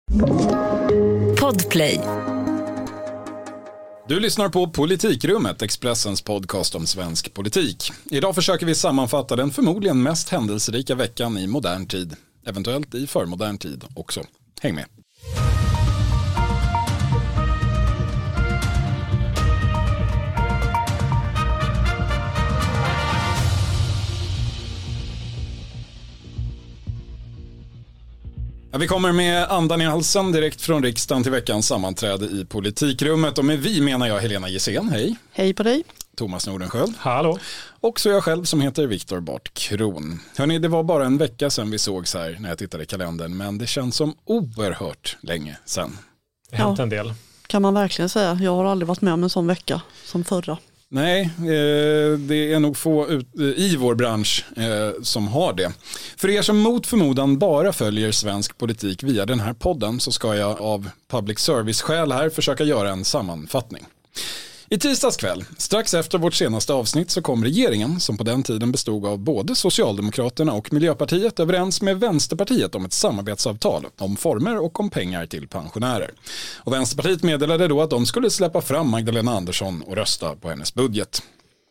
Podplay. Du lyssnar på Politikrummet, Expressens podcast om svensk politik. Idag försöker vi sammanfatta den förmodligen mest händelserika veckan i modern tid. Eventuellt i förmodern tid också. Häng med! Ja, vi kommer med andan i halsen direkt från riksdagen till veckans sammanträde i Politikrummet. Och med vi menar jag Helena Gissén, hej. Hej på dig. Thomas Nordenskjöld. Hallå. Och så jag själv som heter Viktor Bart Kron. Hörrni, det var bara en vecka sedan vi sågs här när jag tittade i kalendern. Men det känns som oerhört länge sedan. Det har hänt en del. Kan man verkligen säga. Jag har aldrig varit med om en sån vecka som förra. Nej, det är nog få i vår bransch som har det. För er som mot förmodan bara följer svensk politik via den här podden så ska jag av public service-skäl här försöka göra en sammanfattning. I tisdags kväll, strax efter vårt senaste avsnitt, så kom regeringen, som på den tiden bestod av både Socialdemokraterna och Miljöpartiet, överens med Vänsterpartiet om ett samarbetsavtal om former och om pengar till pensionärer. Och Vänsterpartiet meddelade då att de skulle släppa fram Magdalena Andersson och rösta på hennes budget.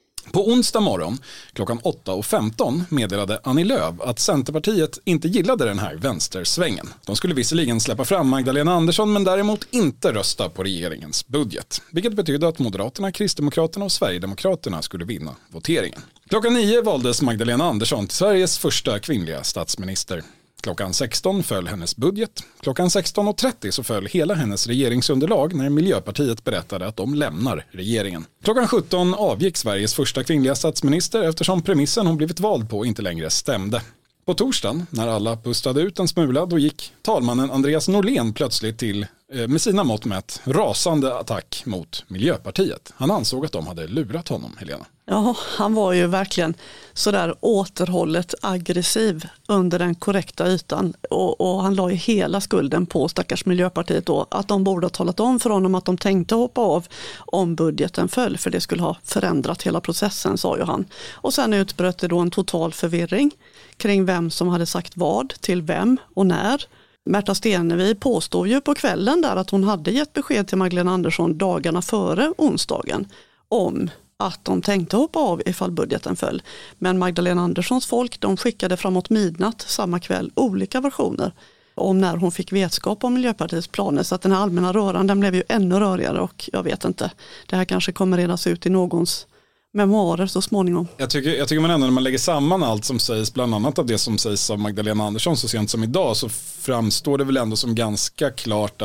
På onsdag morgon, klockan 8:15, meddelade Annie Lööf att Centerpartiet inte gillade den här vänstersvängen. De skulle visserligen släppa fram Magdalena Andersson men däremot inte rösta på regeringens budget. Vilket betydde att Moderaterna, Kristdemokraterna och Sverigedemokraterna skulle vinna voteringen. Klockan 9 valdes Magdalena Andersson till Sveriges första kvinnliga statsminister. Klockan 16 föll hennes budget. Klockan 16:30 så föll hela hennes regeringsunderlag när Miljöpartiet berättade att de lämnar regeringen. Klockan 17 avgick Sveriges första kvinnliga statsminister eftersom premissen hon blivit vald på inte längre stämde. På torsdagen, när alla pustade ut en smula, då gick talmannen Andreas Norlén plötsligt till, med sina mått mätt, rasande attack mot Miljöpartiet. Han ansåg att de hade lurat honom, Helena. Ja, han var ju verkligen sådär återhållet aggressiv under den korrekta ytan. Och han la ju hela skulden på stackars Miljöpartiet då, att de borde ha talat om för honom att de tänkte hoppa av om budgeten föll, för det skulle ha förändrat hela processen, sa ju han. Och sen utbröt det då en total förvirring kring vem som hade sagt vad till vem och när. Märta Stenevi påstod ju på kvällen där att hon hade gett besked till Magdalena Andersson dagarna före onsdagen om att de tänkte hoppa av ifall budgeten föll. Men Magdalena Anderssons folk, de skickade framåt midnatt samma kväll olika versioner om när hon fick vetskap om Miljöpartiets planer, så att den här allmänna röran, den blev ju ännu rörigare, och jag vet inte, det här kanske kommer redas ut i någons memoarer så småningom. Jag tycker man ändå, när man lägger samman allt som sägs, bland annat av det som sägs av Magdalena Andersson så sent som idag, så framstår det väl ändå som ganska klart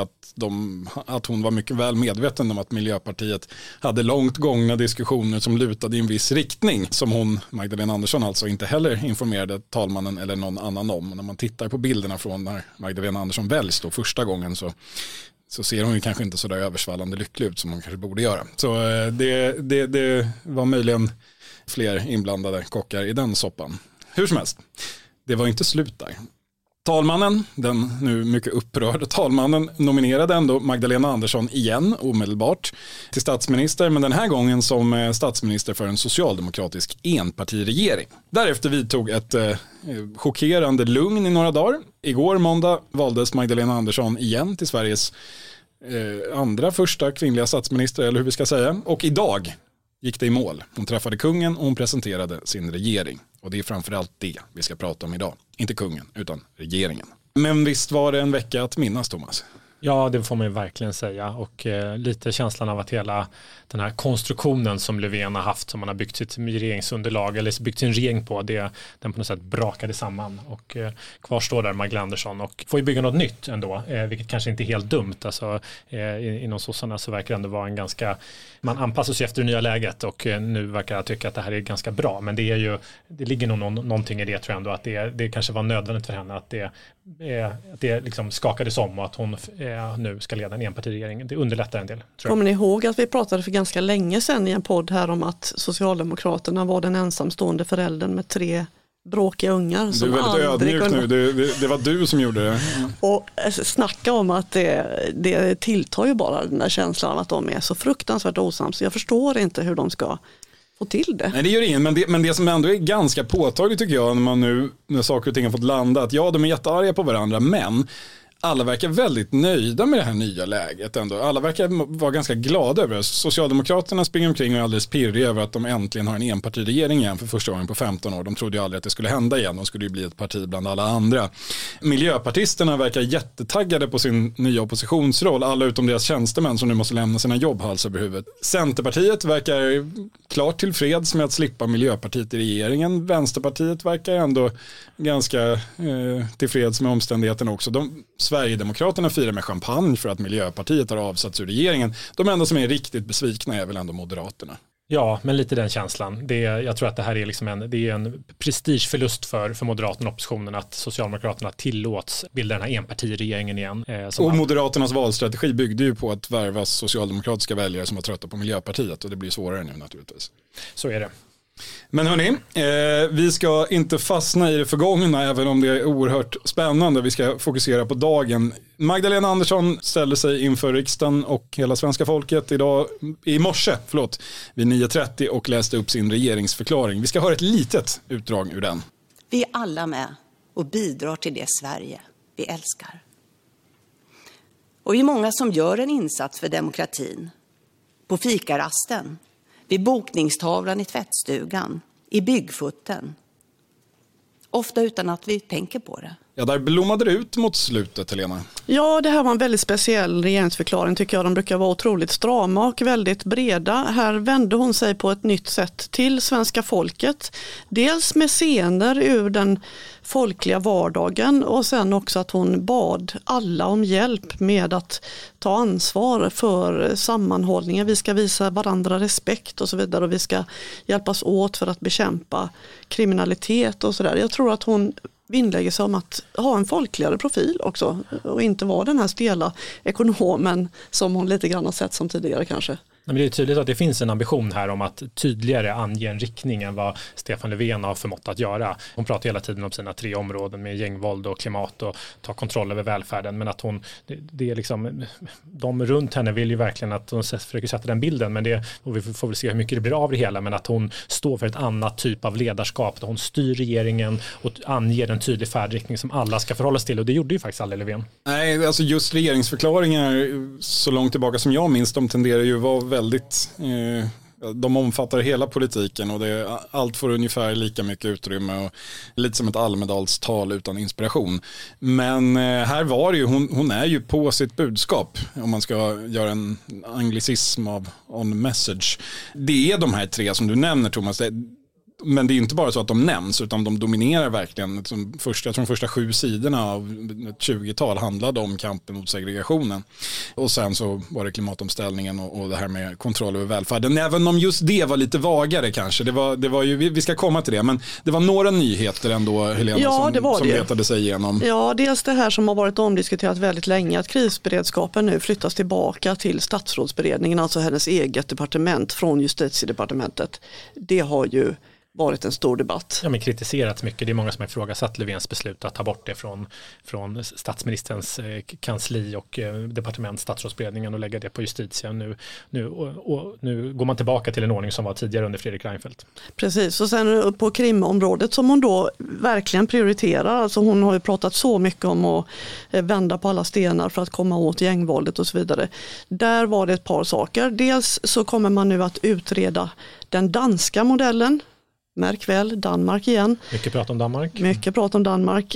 att hon var mycket väl medveten om att Miljöpartiet hade långt gångna diskussioner som lutade i en viss riktning, som Magdalena Andersson alltså inte heller informerade talmannen eller någon annan om. Och när man tittar på bilderna från när Magdalena Andersson väljs då första gången så ser hon ju kanske inte så där översvallande lycklig ut som hon kanske borde göra. Så det var möjligen fler inblandade kockar i den soppan. Hur som helst, det var inte slut där. Talmannen, den nu mycket upprörda talmannen, nominerade ändå Magdalena Andersson igen omedelbart till statsminister, men den här gången som statsminister för en socialdemokratisk enpartiregering. Därefter vidtog ett chockerande lugn i några dagar. Igår måndag valdes Magdalena Andersson igen till Sveriges andra första kvinnliga statsminister, eller hur vi ska säga. Och idag gick det i mål. Hon träffade kungen och hon presenterade sin regering. Och det är framförallt det vi ska prata om idag. Inte kungen, utan regeringen. Men visst var det en vecka att minnas, Thomas? Ja, det får man ju verkligen säga. Och lite känslan av att hela den här konstruktionen som Löfven har haft, som man har byggt sitt regeringsunderlag eller byggt sin regering på, den på något sätt brakade samman. Och kvar står där Magdalena Andersson och får ju bygga något nytt ändå, vilket kanske inte är helt dumt. Alltså, inom sossarna så verkar det ändå vara en ganska, man anpassar sig efter det nya läget, och nu verkar jag tycka att det här är ganska bra. Men det ligger nog någonting i det, tror jag ändå, att det kanske var nödvändigt för henne att det liksom skakades om, och att hon nu ska leda en enpartiregering. Det underlättar en del, tror jag. Kommer ni ihåg att vi pratade för ganska länge sedan i en podd här om att Socialdemokraterna var den ensamstående föräldern med 3 bråkiga ungar. Du är väldigt ödmjuk nu, det var du som gjorde det. Och snacka om att det tilltar ju bara den där känslan av att de är så fruktansvärt osams. Jag förstår inte hur de ska få till det. Nej, det gör ingen, men det som ändå är ganska påtagligt, tycker jag, när saker och ting har fått landa, att ja, de är jättearga på varandra, men alla verkar väldigt nöjda med det här nya läget ändå. Alla verkar vara ganska glada över det. Socialdemokraterna springer omkring och är alldeles pirriga över att de äntligen har en enpartiregering igen för första gången på 15 år. De trodde ju aldrig att det skulle hända igen. De skulle ju bli ett parti bland alla andra. Miljöpartisterna verkar jättetaggade på sin nya oppositionsroll. Alla utom deras tjänstemän som nu måste lämna sina jobb hals över huvudet. Centerpartiet verkar klart tillfreds med att slippa Miljöpartiet i regeringen. Vänsterpartiet verkar ändå ganska tillfreds med omständigheterna också. Sverigedemokraterna firar med champagne för att Miljöpartiet har avsatts ur regeringen. De enda som är riktigt besvikna är väl ändå Moderaterna. Ja, men lite den känslan. Jag tror att det här är liksom en prestigeförlust för Moderaterna och oppositionen att Socialdemokraterna tillåts bilda den här enpartiregeringen igen. Och Moderaternas valstrategi byggde ju på att värva socialdemokratiska väljare som var trötta på Miljöpartiet och det blir svårare nu naturligtvis. Så är det. Men hörni, vi ska inte fastna i det förgångna även om det är oerhört spännande. Vi ska fokusera på dagen. Magdalena Andersson ställde sig inför riksdagen och hela svenska folket i morse vid 9:30 och läste upp sin regeringsförklaring. Vi ska höra ett litet utdrag ur den. Vi är alla med och bidrar till det Sverige vi älskar. Och vi är många som gör en insats för demokratin. På fikarasten, vid bokningstavlan i tvättstugan, i byggfutten. Ofta utan att vi tänker på det. Ja, där blommade det ut mot slutet, Helena. Ja, det här var en väldigt speciell regeringsförklaring tycker jag. De brukar vara otroligt strama och väldigt breda. Här vände hon sig på ett nytt sätt till svenska folket. Dels med scener ur den folkliga vardagen och sen också att hon bad alla om hjälp med att ta ansvar för sammanhållningen. Vi ska visa varandra respekt och så vidare och vi ska hjälpas åt för att bekämpa kriminalitet och sådär. Jag tror att hon vinnlägger sig om att ha en folkligare profil också och inte vara den här stela ekonomen som hon lite grann har sett som tidigare kanske. Men det är tydligt att det finns en ambition här om att tydligare ange en riktning än vad Stefan Löfven har förmått att göra. Hon pratar hela tiden om sina 3 områden med gängvåld och klimat och ta kontroll över välfärden. Men att det är liksom, de runt henne vill ju verkligen att hon försöker sätta den bilden. Men och vi får väl se hur mycket det blir av det hela. Men att hon står för ett annat typ av ledarskap. Där hon styr regeringen och anger en tydlig färdriktning som alla ska förhålla sig till. Och det gjorde ju faktiskt aldrig Löfven. Nej, alltså just regeringsförklaringar så långt tillbaka som jag minns, de tenderar ju vara väldigt, de omfattar hela politiken och allt får ungefär lika mycket utrymme och lite som ett Almedalstal utan inspiration. Men här var det ju, hon är ju på sitt budskap om man ska göra en anglicism av on message. Det är de här 3 som du nämner, Thomas. Men det är inte bara så att de nämns utan de dominerar verkligen. Jag tror de första 7 sidorna av ett 20-tal handlade om kampen mot segregationen. Och sen så var det klimatomställningen och det här med kontroll över välfärden. Även om just det var lite vagare kanske. Det var ju, vi ska komma till det. Men det var några nyheter ändå, Helena, som letade sig igenom. Ja, dels det här som har varit omdiskuterat väldigt länge. Att krisberedskapen nu flyttas tillbaka till statsrådsberedningen, alltså hennes eget departement från justitiedepartementet. Det har ju varit en stor debatt. Ja, men kritiserats mycket. Det är många som har ifrågasatt Löfvens beslut att ta bort det från statsministerns kansli och departement, statsrådsberedningen och lägga det på justitia. Nu går man tillbaka till en ordning som var tidigare under Fredrik Reinfeldt. Precis, och sen på krimområdet som hon då verkligen prioriterar. Alltså hon har ju pratat så mycket om att vända på alla stenar för att komma åt gängvåldet och så vidare. Där var det ett par saker. Dels så kommer man nu att utreda den danska modellen. Märk väl, Danmark igen. Mycket prat om Danmark.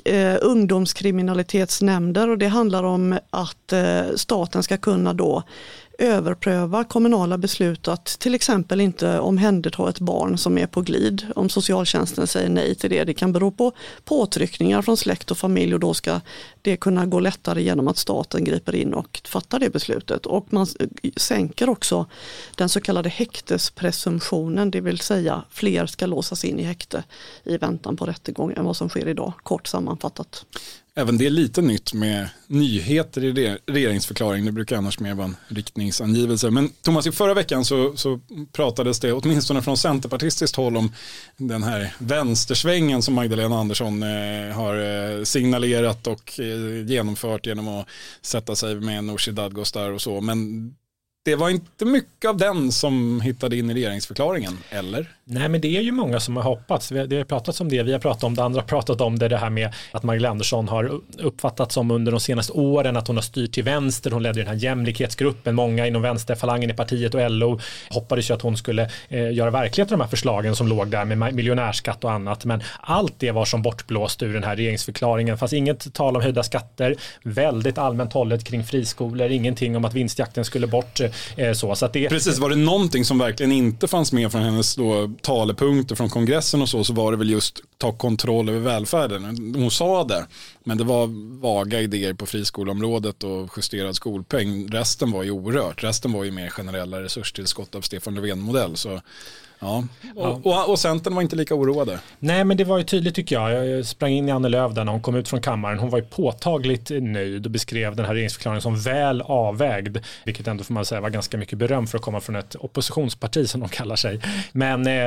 Ungdomskriminalitetsnämnder, och det handlar om att staten ska kunna då överpröva kommunala beslut att till exempel inte omhänderta ett barn som är på glid. Om socialtjänsten säger nej till det. Det kan bero på påtryckningar från släkt och familj och då ska det kunna gå lättare genom att staten griper in och fattar det beslutet. Och man sänker också den så kallade häktespresumtionen, det vill säga fler ska låsas in i häkte i väntan på rättegång än vad som sker idag, kort sammanfattat. Även det är lite nytt med nyheter i regeringsförklaring. Det brukar annars mer vara en riktningsangivelse. Men Thomas, i förra veckan så pratades det åtminstone från centerpartistiskt håll om den här vänstersvängen som Magdalena Andersson har signalerat och genomfört genom att sätta sig med Nooshi Dadgostar och så. Men det var inte mycket av den som hittade in i regeringsförklaringen, eller? Nej, men det är ju många som har hoppats. Det har pratats om det, vi har pratat om det, andra har pratat om det här med att Magdalena Andersson har uppfattats som under de senaste åren att hon har styrt till vänster, hon ledde den här jämlikhetsgruppen, många inom vänsterfalangen i partiet och LO hoppades ju att hon skulle göra verklighet av de här förslagen som låg där med miljonärskatt och annat, men allt det var som bortblåst ur den här regeringsförklaringen. Det fanns inget tal om höjda skatter, väldigt allmänt hållet kring friskolor, ingenting om att vinstjakten skulle bort. Så att det... Precis, var det någonting som verkligen inte fanns med från hennes då talepunkter från kongressen och så var det väl just ta kontroll över välfärden. Hon sa det, men det var vaga idéer på friskoleområdet och justerad skolpeng. Resten var ju orört. Resten var ju mer generella resurstillskott av Stefan Löfven-modell. Så ja. Och Centern var inte lika oroade. Nej, men det var ju tydligt tycker jag. Jag sprang in i Annie Lööf där när hon kom ut från kammaren. Hon var ju påtagligt nöjd och beskrev den här regeringsförklaringen som väl avvägd. Vilket ändå får man säga var ganska mycket beröm för att komma från ett oppositionsparti som de kallar sig. Men det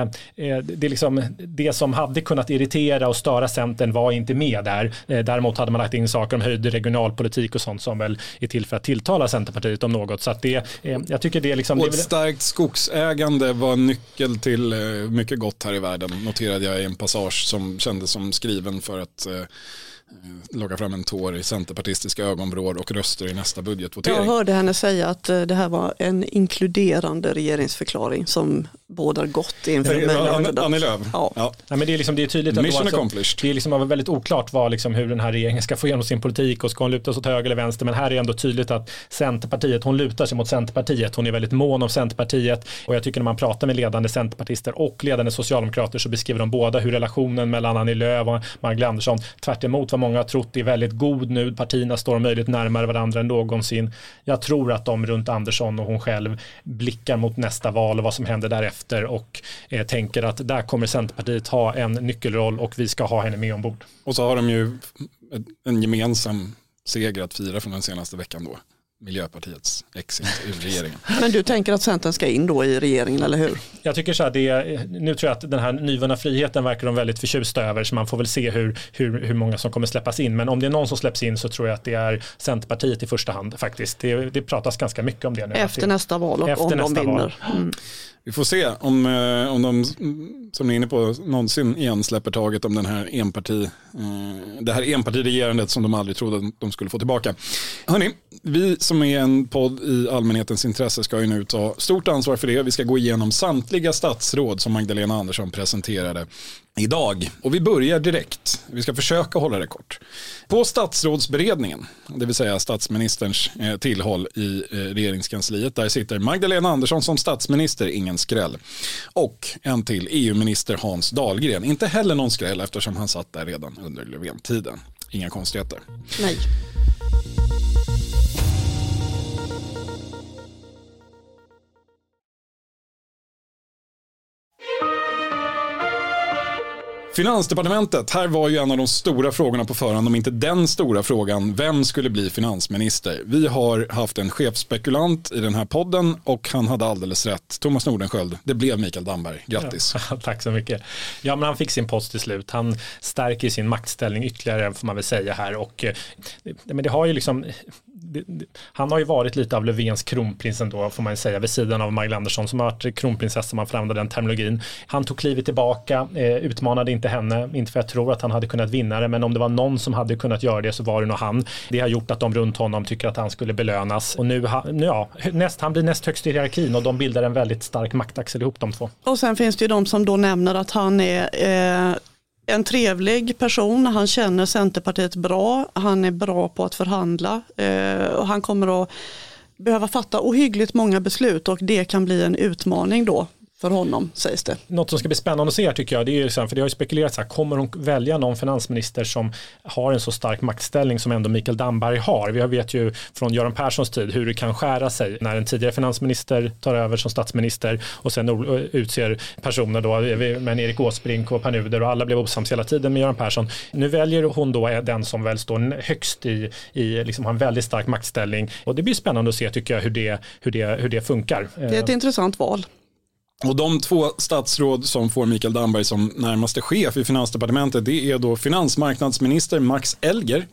är liksom det som hade kunnat irritera och störa Centern var inte med där. Däremot hade man lagt in saker om höjd regionalpolitik och sånt som väl är till för att tilltala Centerpartiet om något. Så att det, jag tycker det är liksom... Och ett starkt skogsägande var nyckeln till mycket gott här i världen, noterade jag i en passage som kändes som skriven för att locka fram en tår i centerpartistiska ögonvrår och röster i nästa budgetvotering. Jag hörde henne säga att det här var en inkluderande regeringsförklaring som bådar gott inför möjligheten. Annie Lööf. Ja. Ja, men det är liksom, det är tydligt att mission accomplished. Det är liksom väldigt oklart vad liksom, hur den här regeringen ska få igenom sin politik och ska hon luta sig åt höger eller vänster, men här är ändå tydligt att Centerpartiet, hon lutar sig mot Centerpartiet, hon är väldigt mån om Centerpartiet och jag tycker när man pratar med ledande centerpartister och ledande socialdemokrater så beskriver de båda hur relationen mellan Annie Lööf och Magdalena Andersson tvärt emot vad många har trott är väldigt god nu, partierna står möjligt närmare varandra än någonsin. Jag tror att de runt Andersson och hon själv blickar mot nästa val och vad som händer därefter och tänker att där kommer Centerpartiet ha en nyckelroll och vi ska ha henne med ombord. Och så har de ju en gemensam seger att fira från den senaste veckan då. Miljöpartiets exit ur regeringen. Men du tänker att Centern ska in då i regeringen, eller hur? Jag tycker så här, nu tror jag att den här nyvunna friheten verkar de väldigt förtjusta över, så man får väl se hur många som kommer släppas in. Men om det är någon som släpps in så tror jag att det är Centerpartiet i första hand faktiskt. Det pratas ganska mycket om det nu. Efter nästa val och om de vinner. Vi får se om de, som ni är inne på, någonsin igen släpper taget om det här enpartiregerandet som de aldrig trodde att de skulle få tillbaka. Hörrni, vi som är en podd i allmänhetens intresse ska ju nu ta stort ansvar för det. Vi ska gå igenom samtliga statsråd som Magdalena Andersson presenterade idag. Och vi börjar direkt. Vi ska försöka hålla det kort. På statsrådsberedningen, det vill säga statsministerns tillhåll i regeringskansliet, där sitter Magdalena Andersson som statsminister, ingen skräll. Och en till, EU-minister Hans Dahlgren. Inte heller någon skräll eftersom han satt där redan under Löfven-tiden. Inga konstigheter. Nej. Finansdepartementet, här var ju en av de stora frågorna på förhand, om inte den stora frågan, vem skulle bli finansminister? Vi har haft en chefspekulant i den här podden och han hade alldeles rätt. Thomas Nordenskjöld, det blev Mikael Damberg. Grattis. Ja, tack så mycket. Ja, men han fick sin post till slut. Han stärker sin maktställning ytterligare, får man väl säga här. Och, men det har ju liksom... Han har ju varit lite av Löfvens kronprins ändå, får man säga, vid sidan av Magdalena Andersson som har varit kronprinsessa, man får använda den terminologin. Han tog klivet tillbaka, utmanade inte henne, inte för jag tror att han hade kunnat vinna det, men om det var någon som hade kunnat göra det så var det nog han. Det har gjort att de runt honom tycker att han skulle belönas. Och nu han blir näst högst i hierarkin och de bildar en väldigt stark maktaxel ihop de två. Och sen finns det ju de som då nämner att han är en trevlig person, han känner Centerpartiet bra, han är bra på att förhandla och han kommer att behöva fatta ohyggligt många beslut och det kan bli en utmaning då för honom, sägs det. Något som ska bli spännande att se tycker jag, det är ju så, för det har ju spekulerats här, kommer hon välja någon finansminister som har en så stark maktställning som ändå Mikael Damberg har? Vi vet ju från Göran Perssons tid hur det kan skära sig när en tidigare finansminister tar över som statsminister och sen utser personer då, med Erik Åsbrink och Pär Nuder och alla blev osams hela tiden med Göran Persson. Nu väljer hon då den som väl står högst i liksom har en väldigt stark maktställning och det blir spännande att se tycker jag hur det funkar. Det är ett intressant val. Och de två statsråd som får Mikael Damberg som närmaste chef i Finansdepartementet, det är då finansmarknadsminister Max Elger.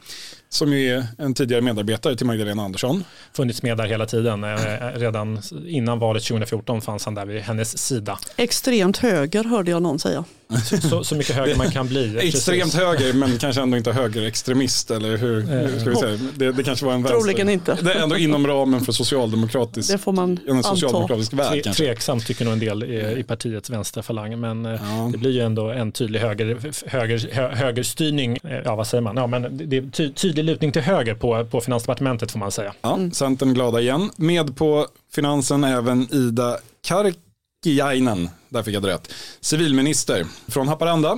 som är en tidigare medarbetare till Magdalena Andersson. Funnits med där hela tiden. Redan innan valet 2014 fanns han där vid hennes sida. Extremt höger hörde jag någon säga. Så mycket höger man kan bli. Extremt höger, men kanske ändå inte högerextremist, eller hur ska vi säga? Det kanske var en vänster. Troligen inte. Det är ändå inom ramen för socialdemokratisk, det får man en socialdemokratisk värld kanske. Tveksamt tycker nog en del i partiets vänsterfalang, men det blir ju ändå en tydlig högerstyrning. Ja, vad säger man? Ja, men det är tydlig lutning till höger på Finansdepartementet får man säga. Ja, Centern glada igen. Med på finansen även Ida Karkiainen, där fick jag det rätt. Civilminister från Haparanda,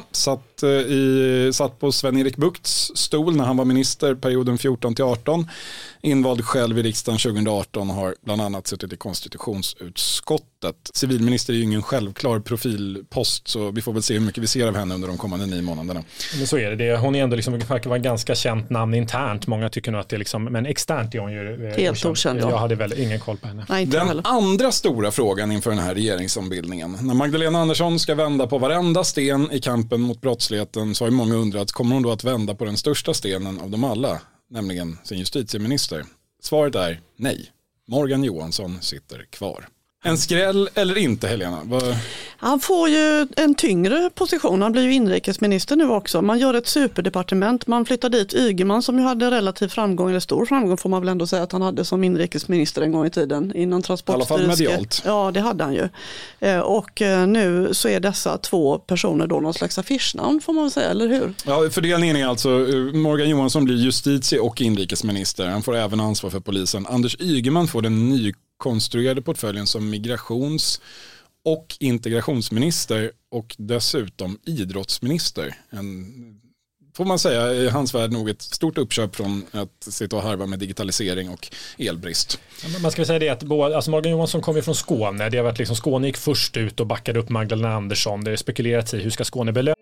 satt på Sven-Erik Buchts stol när han var minister perioden 14-18. Invald själv i riksdagen 2018 har bland annat suttit i konstitutionsutskottet. Civilminister är ju ingen självklar profilpost, så vi får väl se hur mycket vi ser av henne under de kommande 9 månaderna. Men så är det. Hon är ändå liksom, verkar vara en ganska känt namn internt. Många tycker nog att det är liksom, men externt är hon ju helt okänd. Jag hade väl ingen koll på henne. Nej, den andra stora frågan inför den här regeringsombildningen. När Magdalena Andersson ska vända på varenda sten i kampen mot brottsligheten, så har ju många undrat, kommer hon då att vända på den största stenen av dem alla, nämligen sin justitieminister? Svaret är nej. Morgan Johansson sitter kvar. En skräll eller inte, Helena? Han får ju en tyngre position. Han blir ju inrikesminister nu också. Man gör ett superdepartement. Man flyttar dit Ygeman som ju hade relativ framgång, eller stor framgång får man väl ändå säga att han hade som inrikesminister en gång i tiden inom Transportstyrelsen. I alla fall medialt. Ja, det hade han ju. Och nu så är dessa 2 personer då någon slags affischnamn får man väl säga, eller hur? Ja, fördelningen är alltså Morgan Johansson blir justitie- och inrikesminister. Han får även ansvar för polisen. Anders Ygeman får den nykonstruerade portföljen som migrations- och integrationsminister och dessutom idrottsminister. Får man säga i hans värld nog ett stort uppköp från att sitta och harva med digitalisering och elbrist. Man ska säga det att alltså Morgan Johansson kommer från Skåne. Det har varit liksom, Skåne gick först ut och backade upp Magdalena Andersson. Det är spekulerat i hur ska Skåne belöna.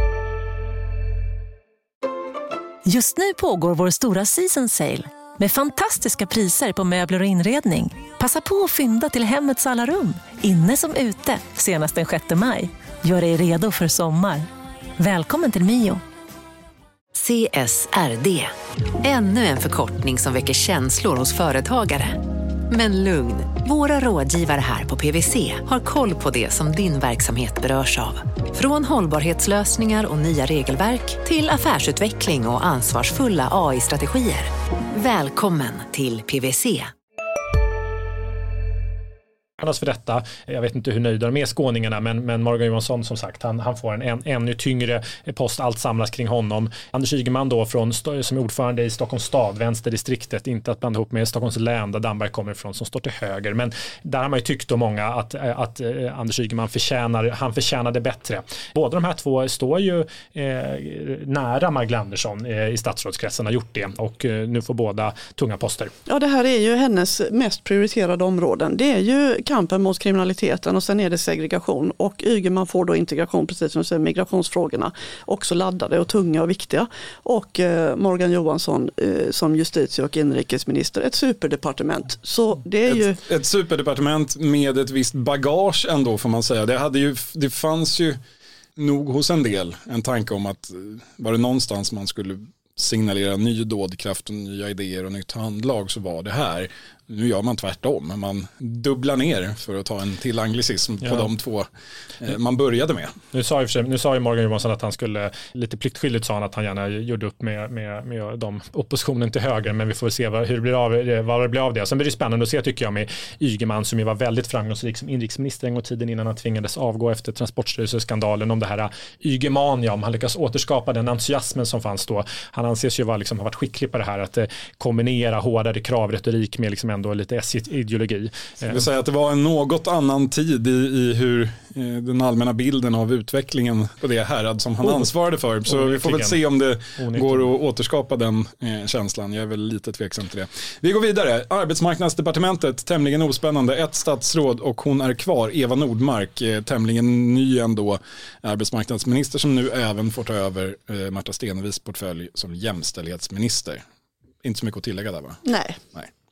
Just nu pågår vår stora season sale med fantastiska priser på möbler och inredning. Passa på att fynda till hemmets alla rum, inne som ute, senast den 6 maj. Gör dig redo för sommar. Välkommen till Mio. CSRD. Ännu en förkortning som väcker känslor hos företagare. Men lugn, våra rådgivare här på PwC har koll på det som din verksamhet berörs av. Från hållbarhetslösningar och nya regelverk till affärsutveckling och ansvarsfulla AI-strategier. Välkommen till PwC. För detta. Jag vet inte hur nöjda de är skåningarna, men Morgan Johansson som sagt, han får en ännu tyngre post, allt samlas kring honom. Anders Ygeman då som är ordförande i Stockholms stad, vänsterdistriktet, inte att blanda ihop med Stockholms län där Damberg kommer ifrån som står till höger, men där har man ju tyckt då många att Anders Ygeman förtjänade bättre. Båda de här 2 står ju nära Magdalena Andersson i statsrådskretsen, har gjort det, och nu får båda tunga poster. Ja, det här är ju hennes mest prioriterade områden. Det är ju kampen mot kriminaliteten och sen är det segregation, och Ygeman får då integration, precis som du säger, migrationsfrågorna också laddade och tunga och viktiga, och Morgan Johansson som justitie- och inrikesminister, ett superdepartement. Så det är ju ett superdepartement med ett visst bagage ändå, får man säga. Det fanns ju nog hos en del en tanke om att var det någonstans man skulle signalera ny dådkraft och nya idéer och nytt handlag, så var det här. Nu gör man tvärtom. Man dubblar ner, för att ta en till anglicism på de 2 man började med. Nu sa ju Morgan Johansson att han skulle, lite pliktskyldigt sa han att han gärna gjorde upp med de oppositionen till höger, men vi får se vad det blir av det. Sen blir det spännande att se, tycker jag, med Ygeman som ju var väldigt framgångsrik som inrikesminister en gång tiden innan han tvingades avgå efter Transportstyrelseskandalen, om det här Ygemania, om han lyckas återskapa den entusiasmen som fanns då. Han anses ju ha varit skicklig på det här att kombinera hårdare kravretorik med liksom ändå lite S-ideologi. Jag vill säga att det var en något annan tid i hur den allmänna bilden av utvecklingen på det härad som han ansvarade för. Så vi får väl se om det går att återskapa den känslan. Jag är väl lite tveksam till det. Vi går vidare. Arbetsmarknadsdepartementet, tämligen ospännande. Ett statsråd och hon är kvar. Eva Nordmark, tämligen ny ändå arbetsmarknadsminister, som nu även får ta över Märta Stenevis portfölj som jämställdhetsminister. Inte så mycket att tillägga där, va? Nej.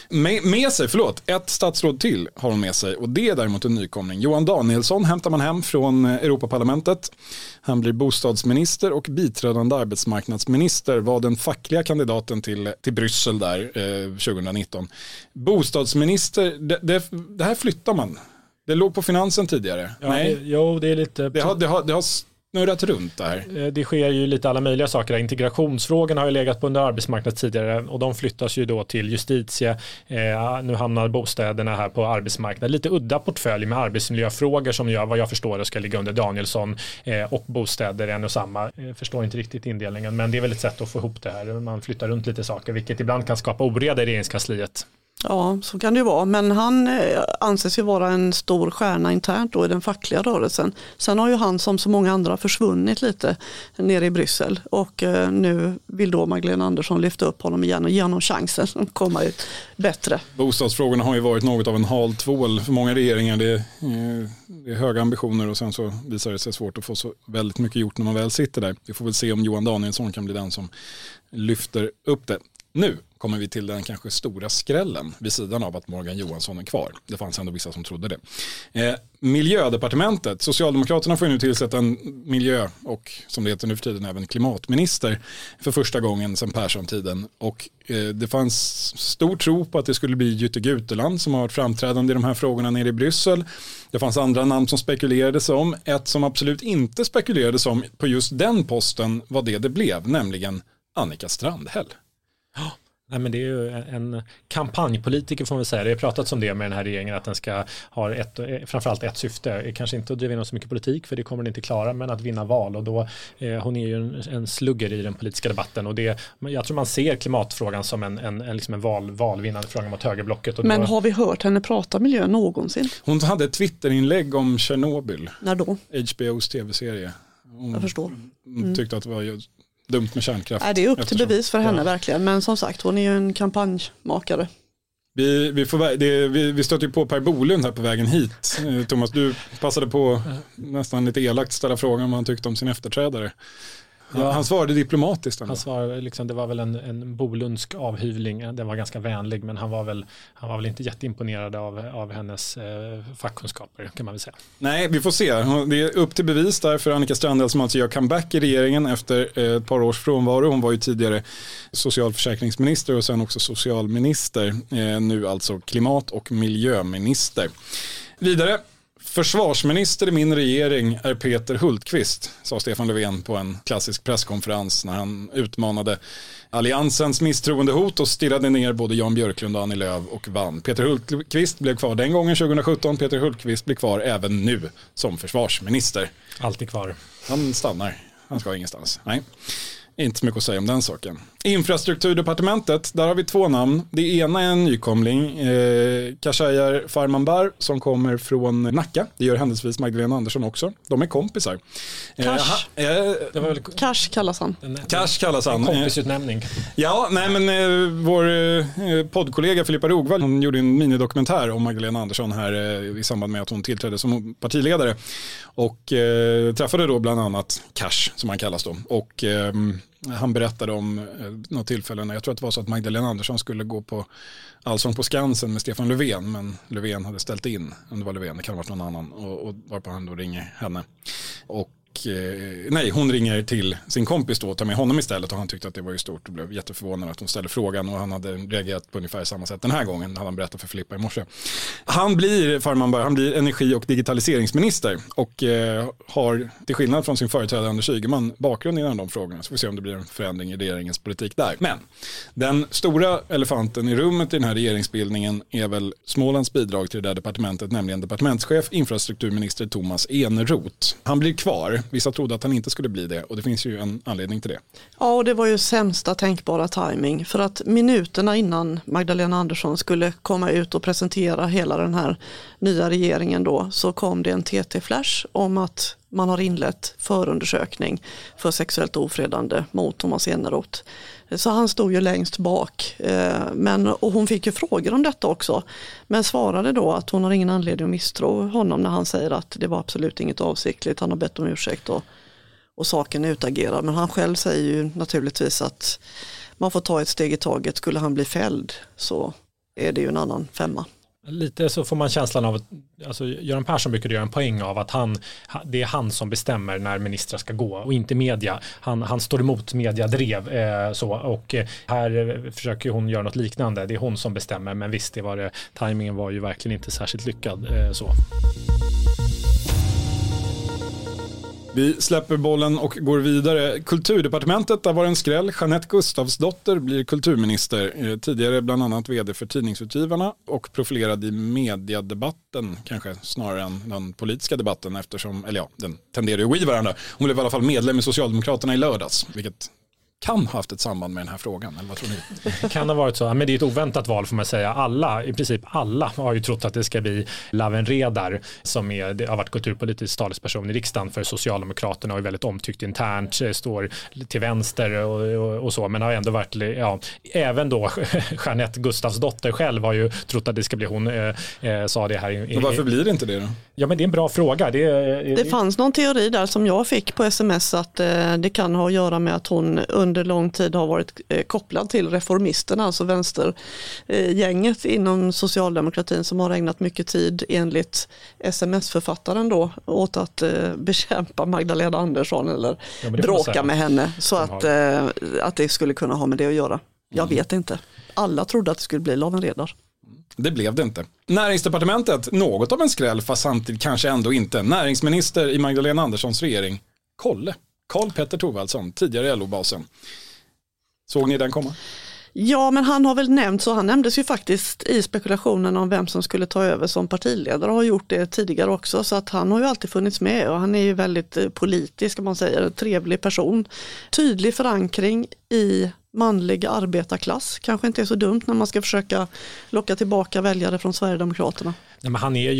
Med sig, ett statsråd till har hon med sig och det är däremot en nykomling. Johan Danielsson hämtar man hem från Europaparlamentet. Han blir bostadsminister och biträdande arbetsmarknadsminister, var den fackliga kandidaten till Bryssel där 2019. Bostadsminister, det här flyttar man. Det låg på finansen tidigare. Ja, nej. Det är lite... Det har snurrat runt där. Det sker ju lite alla möjliga saker. Integrationsfrågorna har ju legat på under arbetsmarknad tidigare och de flyttas ju då till justitie. Nu hamnar bostäderna här på arbetsmarknad. Lite udda portfölj med arbetsmiljöfrågor som vad jag förstår ska ligga under Danielsson och bostäder en och samma. Jag förstår inte riktigt indelningen, men det är väl ett sätt att få ihop det här. Man flyttar runt lite saker, vilket ibland kan skapa oreda i regeringskansliet. Ja, så kan det ju vara. Men han anses ju vara en stor stjärna internt då i den fackliga rörelsen. Sen har ju han som så många andra försvunnit lite nere i Bryssel. Och nu vill då Magdalena Andersson lyfta upp honom igen och ge honom chansen att komma ut bättre. Bostadsfrågorna har ju varit något av en hal tvål för många regeringar. Det är höga ambitioner och sen så visar det sig svårt att få så väldigt mycket gjort när man väl sitter där. Vi får väl se om Johan Danielsson kan bli den som lyfter upp det. Nu kommer vi till den kanske stora skrällen vid sidan av att Morgan Johansson är kvar. Det fanns ändå vissa som trodde det. Miljödepartementet. Socialdemokraterna får nu tillsätta en miljö och som det heter nu för tiden även klimatminister för första gången sedan Persson-tiden. Och det fanns stor tro på att det skulle bli Jytte Guteland som har varit framträdande i de här frågorna nere i Bryssel. Det fanns andra namn som spekulerades om. Ett som absolut inte spekulerades om på just den posten var det blev, nämligen Annika Strandhäll. Nej, men det är ju en kampanjpolitiker får man säga. Det har pratats om det med den här regeringen att den ska ha framförallt ett syfte. Kanske inte att driva in så mycket politik för det kommer den inte klara, men att vinna val och då hon är ju en slugger i den politiska debatten och jag tror man ser klimatfrågan som en valvinnande fråga mot högerblocket. Och men har vi hört henne prata miljö någonsin? Hon hade ett Twitterinlägg om Tjernobyl. När då? HBOs tv-serie. Jag förstår. Tyckte att det var dumt med kärnkraft. Det är upp till bevis för henne verkligen. Men som sagt, hon är ju en kampanjmakare. Vi stöter ju på Per Bolund här på vägen hit. Thomas, du passade på nästan lite elakt ställa frågan vad han tyckte om sin efterträdare. Ja. Han svarade diplomatiskt. Han svarade, det var väl en bolundsk avhyvling. Den var ganska vänlig, men han var väl inte jätteimponerad av hennes fackkunskaper kan man väl säga. Nej, vi får se. Det är upp till bevis där för Annika Strandhäll som alltså gör comeback i regeringen efter ett par års frånvaro. Hon var ju tidigare socialförsäkringsminister och sen också socialminister. Nu alltså klimat- och miljöminister. Vidare. Försvarsminister i min regering är Peter Hultqvist, sa Stefan Löfven på en klassisk presskonferens när han utmanade alliansens misstroendehot och stirrade ner både Jan Björklund och Annie Lööf och vann. Peter Hultqvist blev kvar den gången 2017. Peter Hultqvist blir kvar även nu som försvarsminister. Alltid kvar. Han stannar. Han ska ingenstans. Nej. Inte så mycket att säga om den saken. Infrastrukturdepartementet, där har vi två namn. Det ena är en nykomling, Khashayar Farmanbar, som kommer från Nacka. Det gör händelsevis Magdalena Andersson också. De är kompisar. Cash kallas han. Cash kallas han. En kompisutnämning. Ja, nej men vår poddkollega Filippa Rogvall, hon gjorde en minidokumentär om Magdalena Andersson här i samband med att hon tillträdde som partiledare. Och träffade då bland annat Cash, som han kallas då. Och han berättade om något tillfälle, jag tror att det var så att Magdalena Andersson skulle gå på Allsång på Skansen med Stefan Löfven, men Löfven hade ställt in, om det var Löfven, det kan ha varit någon annan, och varpå han då ringer henne. Och hon ringer till sin kompis då och tar med honom istället, och han tyckte att det var ju stort och blev jätteförvånad att hon ställde frågan, och han hade reagerat på ungefär samma sätt den här gången, hade han berättat för Filippa i morse. Han blir energi- och digitaliseringsminister och har, till skillnad från sin företrädare Anders Ygeman, bakgrund i de frågorna, så får vi se om det blir en förändring i regeringens politik där. Men den stora elefanten i rummet i den här regeringsbildningen är väl Smålands bidrag till det där departementet, nämligen departementschef, infrastrukturminister Thomas Eneroth. Han blir kvar. Vissa trodde att han inte skulle bli det, och det finns ju en anledning till det. Ja, och det var ju sämsta tänkbara timing, för att minuterna innan Magdalena Andersson skulle komma ut och presentera hela den här nya regeringen då, så kom det en TT-flash om att man har inlett förundersökning för sexuellt ofredande mot Thomas Eneroth. Så han stod ju längst bak. Och hon fick ju frågor om detta också. Men svarade då att hon har ingen anledning att misstro honom när han säger att det var absolut inget avsiktligt. Han har bett om ursäkt och saken är utagerad. Men han själv säger ju naturligtvis att man får ta ett steg i taget. Skulle han bli fälld så är det ju en annan femma. Lite så får man känslan av att alltså Göran Persson brukar göra en poäng av att det är han som bestämmer när ministrar ska gå och inte media. Han står emot mediadrev så, och här försöker hon göra något liknande. Det är hon som bestämmer, men visst, tajmingen var ju verkligen inte särskilt lyckad så. Vi släpper bollen och går vidare. Kulturdepartementet, där var en skräll. Jeanette Gustafsdotter blir kulturminister. Tidigare bland annat vd för Tidningsutgivarna och profilerad i mediedebatten, kanske snarare än den politiska debatten, eftersom, eller ja, den tenderar ju att gå i varandra. Hon blev i alla fall medlem i Socialdemokraterna i lördags, vilket kan ha haft ett samband med den här frågan, eller vad tror ni? Det kan ha varit så, men det är ett oväntat val får man säga. I princip alla har ju trott att det ska bli Lawen Redar som har varit kulturpolitisk talesperson i riksdagen för Socialdemokraterna och är väldigt omtyckt internt, står till vänster och så, men har ändå varit, ja, även då Jeanette Gustafsdotter själv har ju trott att det ska bli hon, sa det här. Och varför blir det inte det då? Ja, men det är en bra fråga. Det fanns någon teori där som jag fick på sms att det kan ha att göra med att hon under lång tid har varit kopplad till reformisterna, alltså vänstergänget inom socialdemokratin som har ägnat mycket tid enligt sms-författaren då åt att bekämpa Magdalena Andersson eller bråka med henne, så att det skulle kunna ha med det att göra. Jag vet inte. Alla trodde att det skulle bli Lawen Redar. Det blev det inte. Näringsdepartementet, något av en skräll, fast samtidigt kanske ändå inte. Näringsminister i Magdalena Anderssons regering, Karl Petter Thorwaldsson, tidigare LO-basen. Såg ni den komma? Ja, men han har väl nämnt så. Han nämndes ju faktiskt i spekulationen om vem som skulle ta över som partiledare och har gjort det tidigare också. Så att han har ju alltid funnits med och han är ju väldigt politisk, om man säger. En trevlig person. Tydlig förankring i manlig arbetarklass. Kanske inte är så dumt när man ska försöka locka tillbaka väljare från Sverigedemokraterna. Nej, men han är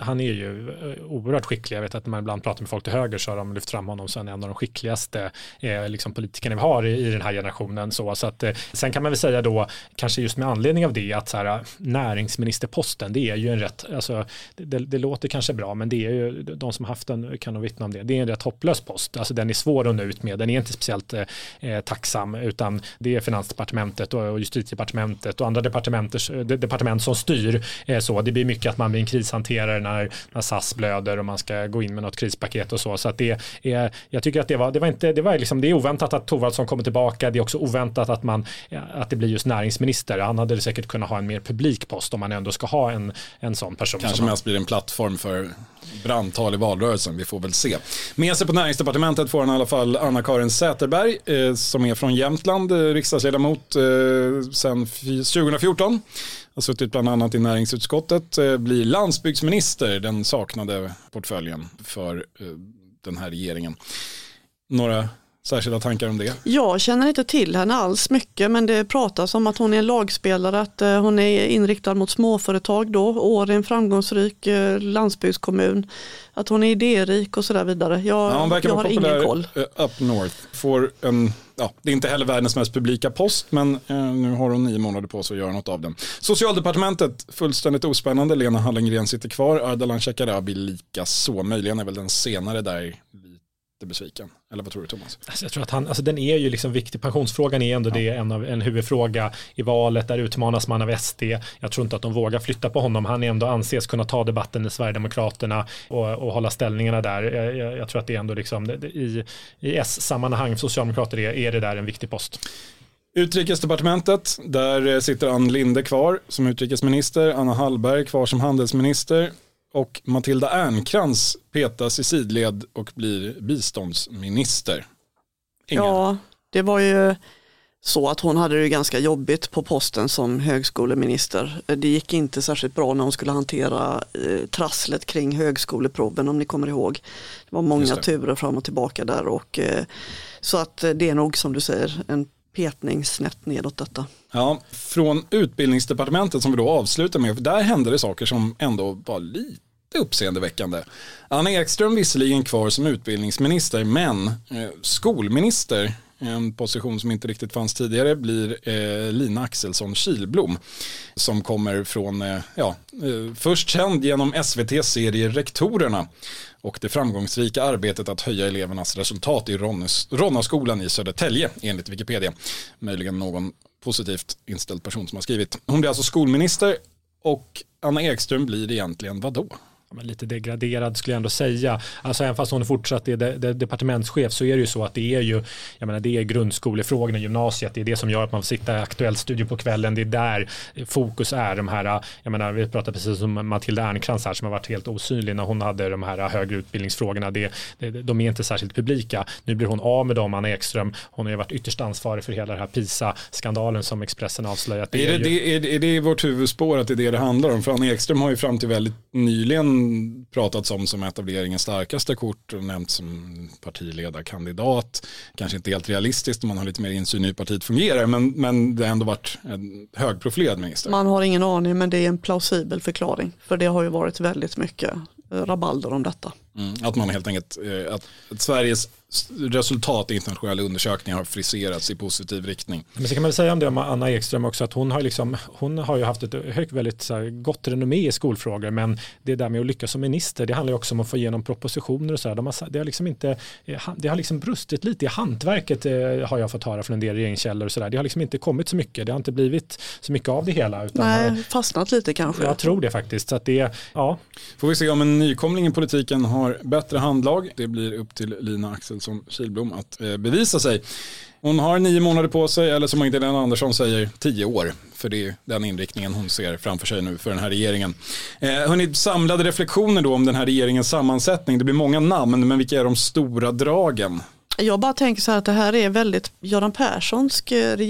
ju oerhört skicklig. Jag vet att när man ibland pratar med folk till höger så har de lyft fram honom som en av de skickligaste liksom politikerna vi har i den här generationen. Så att, sen kan man väl säga då, kanske just med anledning av det, att så här, näringsministerposten, det är ju en rätt, alltså, det låter kanske bra, men det är ju, de som haft den kan nog vittna om det. Det är en rätt hopplös post. Alltså den är svår att nå ut med. Den är inte speciellt tacksam, utan det är Finansdepartementet och Justitiedepartementet och andra departement som styr. Så det blir mycket att man blir en krishanterare när SAS blöder och man ska gå in med något krispaket och så. Så att jag tycker att det är oväntat att Thorwaldsson kommer tillbaka. Det är också oväntat att det blir just näringsminister. Han hade säkert kunnat ha en mer publik post om man ändå ska ha en sån person. Kanske mest blir en plattform för brandtal i valrörelsen. Vi får väl se. Med sig på näringsdepartementet får han i alla fall Anna-Karin Säterberg som är från Jämtland, riksdagsledamot sedan 2014. Har suttit bland annat i näringsutskottet, blir landsbygdsminister, den saknade portföljen för den här regeringen. Några särskilda tankar om det? Jag känner inte till henne alls mycket, men det pratas om att hon är en lagspelare, att hon är inriktad mot småföretag då, Åre är en framgångsrik landsbygdskommun, att hon är idérik och sådär vidare. Jag har ingen koll. Up North får det är inte heller världens mest publika post, men nu har hon 9 månader på sig att göra något av den. Socialdepartementet, fullständigt ospännande. Lena Hallengren sitter kvar, Ardalan Shekarabi lika så. Möjligen är väl den senare där lite besviken. Eller vad tror du, Thomas? Jag tror att den är ju liksom viktig. Pensionsfrågan är ändå en huvudfråga i valet. Där utmanas man av SD. Jag tror inte att de vågar flytta på honom. Han är ändå anses kunna ta debatten i Sverigedemokraterna och hålla ställningarna där. Jag tror att det är ändå liksom i S-sammanhang för socialdemokrater är det där en viktig post. Utrikesdepartementet, där sitter Ann Linde kvar som utrikesminister, Anna Hallberg kvar som handelsminister och Matilda Ernkrans petas i sidled och blir biståndsminister. Ja, det var ju så att hon hade det ganska jobbigt på posten som högskoleminister. Det gick inte särskilt bra när hon skulle hantera trasslet kring högskoleproven, om ni kommer ihåg. Det var många turer fram och tillbaka där, och så att det är nog, som du säger, en petning snett nedåt detta. Ja, från utbildningsdepartementet som vi då avslutar med, för där hände det saker som ändå var lite uppseendeväckande. Anna Ekström visserligen kvar som utbildningsminister, men skolminister, en position som inte riktigt fanns tidigare, blir Lina Axelsson Kilblom, som kommer från, först känd genom SVT-serie Rektorerna och det framgångsrika arbetet att höja elevernas resultat i Ronnaskolan i Södertälje, enligt Wikipedia. Möjligen någon positivt inställd person som har skrivit. Hon blir alltså skolminister och Anna Ekström blir egentligen vadå? Men lite degraderad skulle jag ändå säga. Alltså även fast hon är fortsatt departementschef så är det ju så att det är ju, jag menar, det är grundskolefrågorna, gymnasiet, det är det som gör att man får sitta i Aktuellt studio på kvällen, det är där fokus är. De här, jag menar, vi pratade precis om Matilda Ernkrans här som har varit helt osynlig när hon hade de här högre utbildningsfrågorna, de är inte särskilt publika. Nu blir hon av med dem, Anna Ekström. Hon har ju varit ytterst ansvarig för hela den här PISA-skandalen som Expressen avslöjat. Är det vårt huvudspår att det handlar om? För Anna Ekström har ju fram till väldigt nyligen pratats om som etableringens starkaste kort och nämnt som partiledarkandidat. Kanske inte helt realistiskt om man har lite mer insyn i hur partiet fungerar, men det har ändå varit en högprofilerad minister. Man har ingen aning, men det är en plausibel förklaring. För det har ju varit väldigt mycket rabalder om detta. Att man helt enkelt, att Sveriges resultat i internationella undersökningar har friserats i positiv riktning. Men så kan man säga om det om Anna Ekström också att hon har ju haft ett väldigt så här, gott renommé i skolfrågor, men det där med att lyckas som minister, det handlar ju också om att få igenom propositioner och så här. Det har liksom brustit lite i hantverket, har jag fått höra från en del regeringskällor och så där. Det har liksom inte kommit så mycket, det har inte blivit så mycket av det hela. Utan fastnat lite kanske. Jag tror det faktiskt. Så att Får vi se om en nykomling i politiken har bättre handlag. Det blir upp till Lina Axelsson-Kihlblom att bevisa sig. Hon har 9 månader på sig, eller som Magdalena Andersson säger 10 år. För det är den inriktningen hon ser framför sig nu för den här regeringen. Hörrni, samlade reflektioner då om den här regeringens sammansättning. Det blir många namn, men vilka är de stora dragen? Jag bara tänker så här att det här är väldigt Göran Perssonsk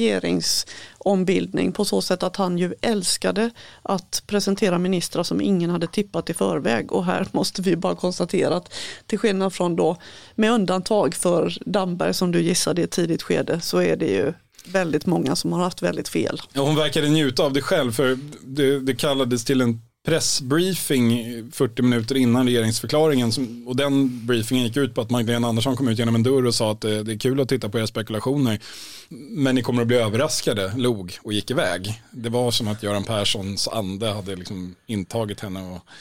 regeringsombildning på så sätt att han ju älskade att presentera ministrar som ingen hade tippat i förväg, och här måste vi bara konstatera att till skillnad från då, med undantag för Damberg som du gissade i ett tidigt skede, så är det ju väldigt många som har haft väldigt fel. Ja, hon verkade njuta av det själv, för det kallades till en pressbriefing 40 minuter innan regeringsförklaringen, och den briefingen gick ut på att Magdalena Andersson kom ut genom en dörr och sa att det är kul att titta på era spekulationer, men ni kommer att bli överraskade, log och gick iväg. Det var som att Göran Perssons ande hade liksom intagit henne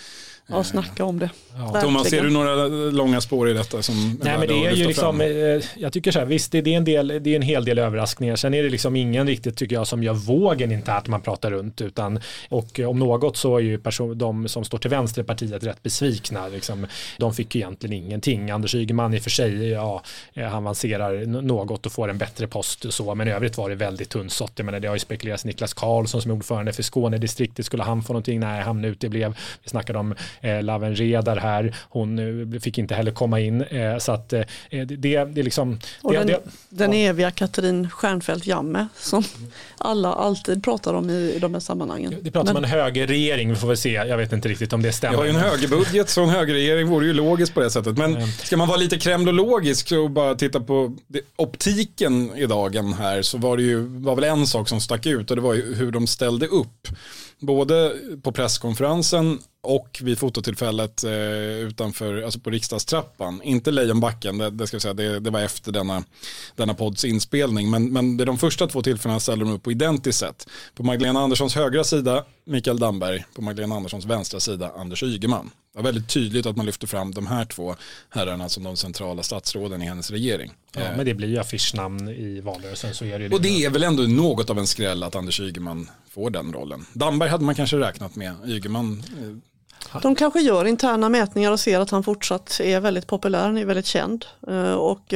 och snacka om det. Ja. Thomas, ser du några långa spår i detta? Nej, men det är ju liksom, jag tycker så här, visst det är en hel del överraskningar. Sen är det liksom ingen riktigt, tycker jag, som gör vågen internt man pratar runt, och om något så är ju de som står till vänster i partiet rätt besvikna. Liksom, de fick egentligen ingenting. Anders Ygeman i och för sig, han avancerar något och får en bättre post och så, men i övrigt var det väldigt tunnsått. Jag menar, det har ju spekulerats Niklas Karlsson som är ordförande för Skånedistriktet, skulle han få någonting? Nej, han uteblev. Vi snackade om Laven Redar här, hon fick inte heller komma in, så att det är liksom den eviga Katrin Stjernfeldt Jamme som alla alltid pratar om i de här sammanhangen. Det pratar om en högerregering, vi får väl se, jag vet inte riktigt om det stämmer. Jag har ju en högerbudget, så en högerregering vore ju logiskt på det sättet, men ska man vara lite kremlologisk och bara titta på optiken i dagen här, så var väl en sak som stack ut, och det var ju hur de ställde upp både på presskonferensen och vid fototillfället utanför, alltså på riksdagstrappan. Inte Lejonbacken, det ska jag säga, det var efter denna podds inspelning. Men de första 2 tillfällena ställde de upp på identiskt sätt. På Magdalena Anderssons högra sida Mikael Damberg, på Magdalena Anderssons vänstra sida Anders Ygeman. Det var väldigt tydligt att man lyfte fram de här 2 herrarna som de centrala statsråden i hennes regering. Ja, men det blir ju affischnamn i valrörelsen, så är det. Och det är väl ändå något av en skräll att Anders Ygeman får den rollen. Damberg hade man kanske räknat med. Ygeman... De kanske gör interna mätningar och ser att han fortsatt är väldigt populär, han är väldigt känd, och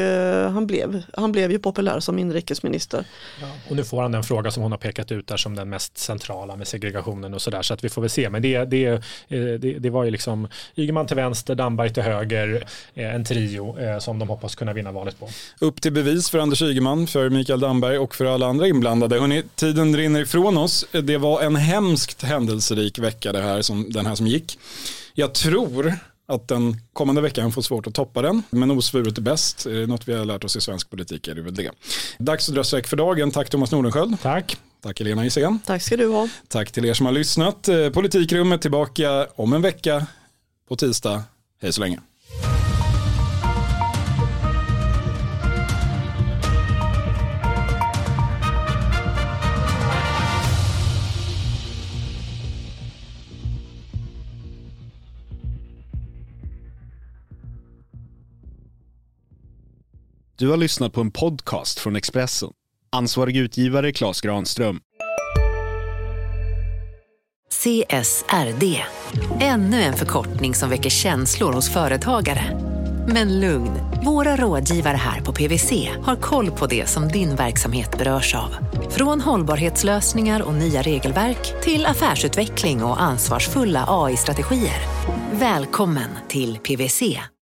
han blev ju populär som inrikesminister. Ja, och nu får han den fråga som hon har pekat ut där som den mest centrala med segregationen och sådär, så att vi får väl se. Men det var ju liksom Ygeman till vänster, Damberg till höger, en trio som de hoppas kunna vinna valet på. Upp till bevis för Anders Ygeman, för Mikael Damberg och för alla andra inblandade. Hörrni, tiden rinner ifrån oss. Det var en hemskt händelserik vecka den här som gick. Jag tror att den kommande veckan får svårt att toppa den, men osvuret är bäst. Är det något vi har lärt oss i svensk politik är det väl det. Dags att dra streck för dagen. Tack Thomas Nordenskjöld. Tack. Tack Helena Isén. Tack ska du ha. Tack till er som har lyssnat. Politikrummet tillbaka om en vecka på tisdag. Hej så länge. Du har lyssnat på en podcast från Expressen. Ansvarig utgivare Claes Granström. CSRD. Ännu en förkortning som väcker känslor hos företagare. Men lugn, våra rådgivare här på PwC har koll på det som din verksamhet berörs av. Från hållbarhetslösningar och nya regelverk till affärsutveckling och ansvarsfulla AI-strategier. Välkommen till PwC.